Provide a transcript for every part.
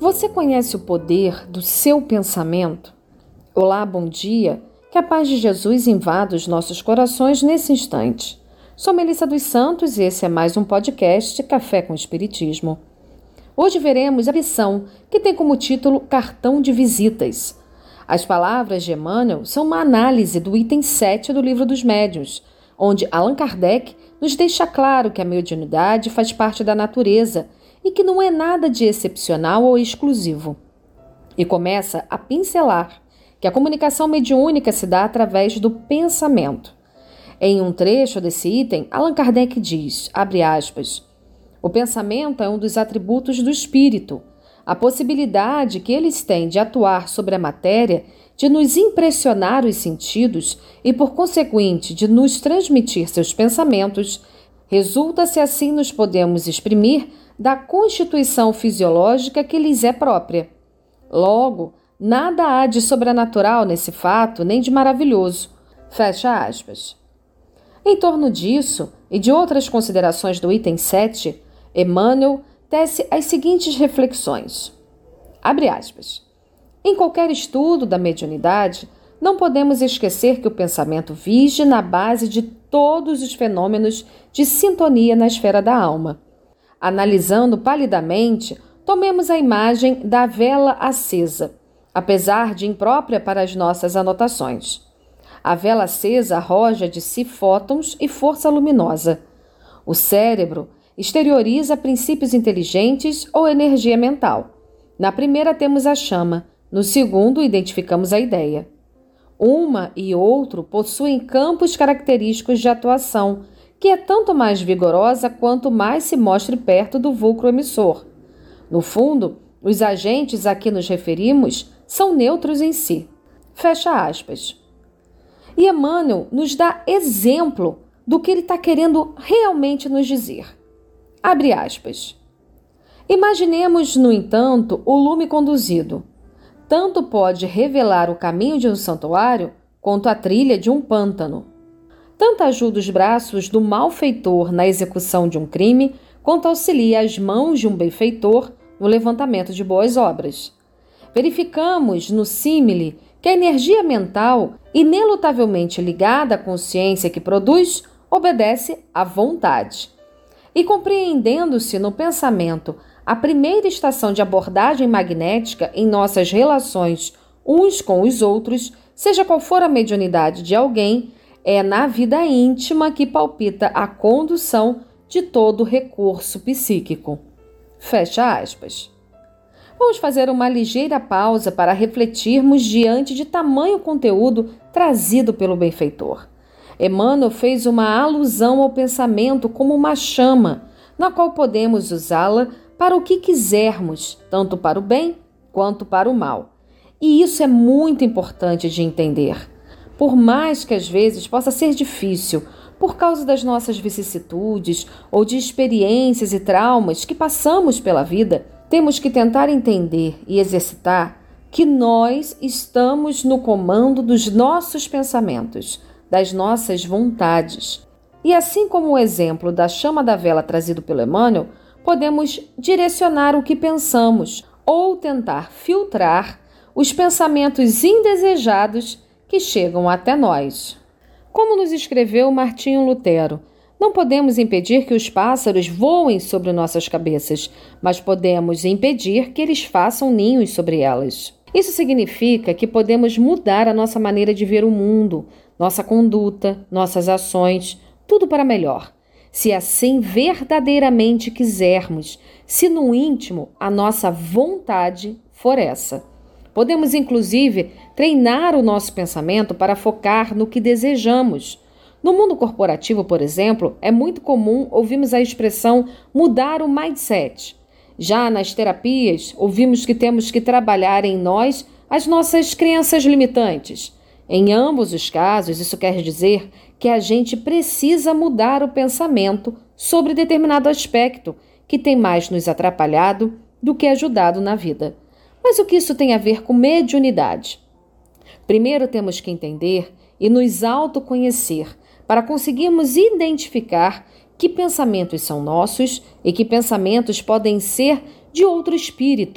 Você conhece o poder do seu pensamento? Olá, bom dia. Que a paz de Jesus invada os nossos corações nesse instante. Sou Melissa dos Santos e esse é mais um podcast Café com Espiritismo. Hoje veremos a lição que tem como título Cartão de Visitas. As palavras de Emmanuel são uma análise do item 7 do Livro dos Médiuns, onde Allan Kardec nos deixa claro que a mediunidade faz parte da natureza e que não é nada de excepcional ou exclusivo. E começa a pincelar que a comunicação mediúnica se dá através do pensamento. Em um trecho desse item, Allan Kardec diz, abre aspas, o pensamento é um dos atributos do espírito. A possibilidade que eles têm de atuar sobre a matéria, de nos impressionar os sentidos e, por conseguinte, de nos transmitir seus pensamentos, resulta se assim nos podemos exprimir da constituição fisiológica que lhes é própria. Logo, nada há de sobrenatural nesse fato, nem de maravilhoso. Fecha aspas. Em torno disso e de outras considerações do item 7, Emmanuel tece as seguintes reflexões. Abre aspas. Em qualquer estudo da mediunidade, não podemos esquecer que o pensamento vige na base de todos os fenômenos de sintonia na esfera da alma. Analisando palidamente, tomemos a imagem da vela acesa, apesar de imprópria para as nossas anotações. A vela acesa arroja de si fótons e força luminosa. O cérebro exterioriza princípios inteligentes ou energia mental. Na primeira temos a chama, no segundo identificamos a ideia. Uma e outro possuem campos característicos de atuação, que é tanto mais vigorosa quanto mais se mostre perto do vulcro emissor. No fundo, os agentes a que nos referimos são neutros em si. Fecha aspas. E Emmanuel nos dá exemplo do que ele está querendo realmente nos dizer. Abre aspas. Imaginemos, no entanto, o lume conduzido. Tanto pode revelar o caminho de um santuário quanto a trilha de um pântano. Tanto ajuda os braços do malfeitor na execução de um crime, quanto auxilia as mãos de um benfeitor no levantamento de boas obras. Verificamos no símile que a energia mental, inelutavelmente ligada à consciência que produz, obedece à vontade. E compreendendo-se no pensamento a primeira estação de abordagem magnética em nossas relações uns com os outros, seja qual for a mediunidade de alguém, é na vida íntima que palpita a condução de todo recurso psíquico. Fecha aspas. Vamos fazer uma ligeira pausa para refletirmos diante de tamanho conteúdo trazido pelo benfeitor. Emmanuel fez uma alusão ao pensamento como uma chama, na qual podemos usá-la para o que quisermos, tanto para o bem quanto para o mal. E isso é muito importante de entender. Por mais que às vezes possa ser difícil, por causa das nossas vicissitudes ou de experiências e traumas que passamos pela vida, temos que tentar entender e exercitar que nós estamos no comando dos nossos pensamentos, das nossas vontades. E assim como o exemplo da chama da vela trazido pelo Emmanuel, podemos direcionar o que pensamos ou tentar filtrar os pensamentos indesejados que chegam até nós. Como nos escreveu Martinho Lutero, não podemos impedir que os pássaros voem sobre nossas cabeças, mas podemos impedir que eles façam ninhos sobre elas. Isso significa que podemos mudar a nossa maneira de ver o mundo, nossa conduta, nossas ações, tudo para melhor. Se assim verdadeiramente quisermos, se no íntimo a nossa vontade for essa. Podemos, inclusive, treinar o nosso pensamento para focar no que desejamos. No mundo corporativo, por exemplo, é muito comum ouvirmos a expressão mudar o mindset. Já nas terapias, ouvimos que temos que trabalhar em nós as nossas crenças limitantes. Em ambos os casos, isso quer dizer que a gente precisa mudar o pensamento sobre determinado aspecto que tem mais nos atrapalhado do que ajudado na vida. Mas o que isso tem a ver com mediunidade? Primeiro temos que entender e nos autoconhecer para conseguirmos identificar que pensamentos são nossos e que pensamentos podem ser de outro espírito,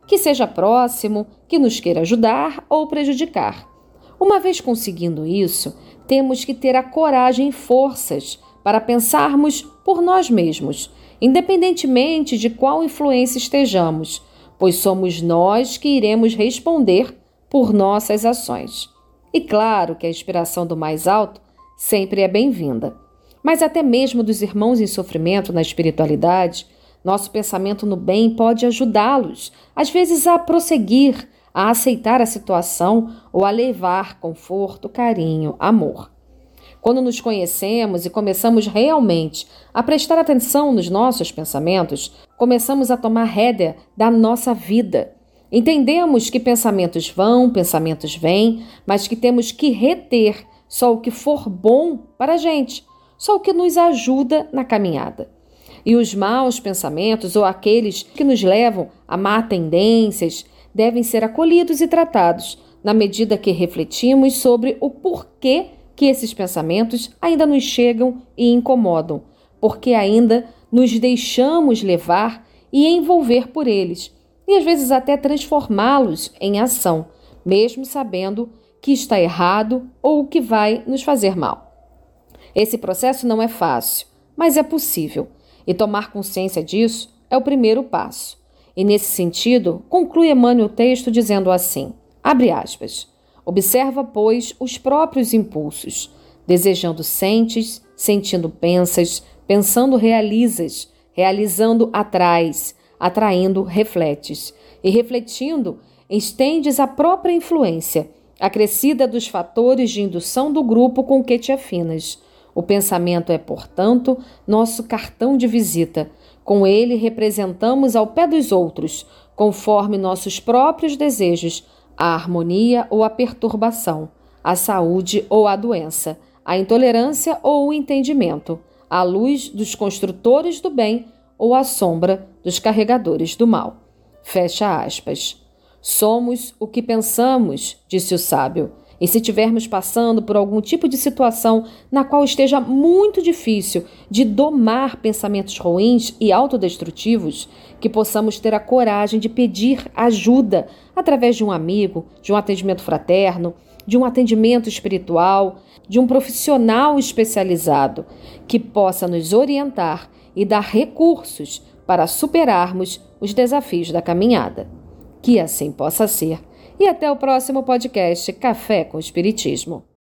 que seja próximo, que nos queira ajudar ou prejudicar. Uma vez conseguindo isso, temos que ter a coragem e forças para pensarmos por nós mesmos, independentemente de qual influência estejamos, pois somos nós que iremos responder por nossas ações. E claro que a inspiração do mais alto sempre é bem-vinda. Mas até mesmo dos irmãos em sofrimento na espiritualidade, nosso pensamento no bem pode ajudá-los, às vezes a prosseguir, a aceitar a situação ou a levar conforto, carinho, amor. Quando nos conhecemos e começamos realmente a prestar atenção nos nossos pensamentos, começamos a tomar rédea da nossa vida. Entendemos que pensamentos vão, pensamentos vêm, mas que temos que reter só o que for bom para a gente, só o que nos ajuda na caminhada. E os maus pensamentos ou aqueles que nos levam a má tendências devem ser acolhidos e tratados na medida que refletimos sobre o porquê que esses pensamentos ainda nos chegam e incomodam, porque ainda nos deixamos levar e envolver por eles, e às vezes até transformá-los em ação, mesmo sabendo que está errado ou que vai nos fazer mal. Esse processo não é fácil, mas é possível. E tomar consciência disso é o primeiro passo. E nesse sentido, conclui Emmanuel o texto dizendo assim, abre aspas, observa, pois, os próprios impulsos. Desejando sentes, sentindo pensas, pensando realizas, realizando atrais, atraindo refletes. E refletindo, estendes a própria influência, acrescida dos fatores de indução do grupo com que te afinas. O pensamento é, portanto, nosso cartão de visita. Com ele representamos ao pé dos outros, conforme nossos próprios desejos, a harmonia ou a perturbação, a saúde ou a doença, a intolerância ou o entendimento, a luz dos construtores do bem ou a sombra dos carregadores do mal. Fecha aspas. Somos o que pensamos, disse o sábio. E se estivermos passando por algum tipo de situação na qual esteja muito difícil de domar pensamentos ruins e autodestrutivos, que possamos ter a coragem de pedir ajuda através de um amigo, de um atendimento fraterno, de um atendimento espiritual, de um profissional especializado que possa nos orientar e dar recursos para superarmos os desafios da caminhada. Que assim possa ser. E até o próximo podcast Café com Espiritismo.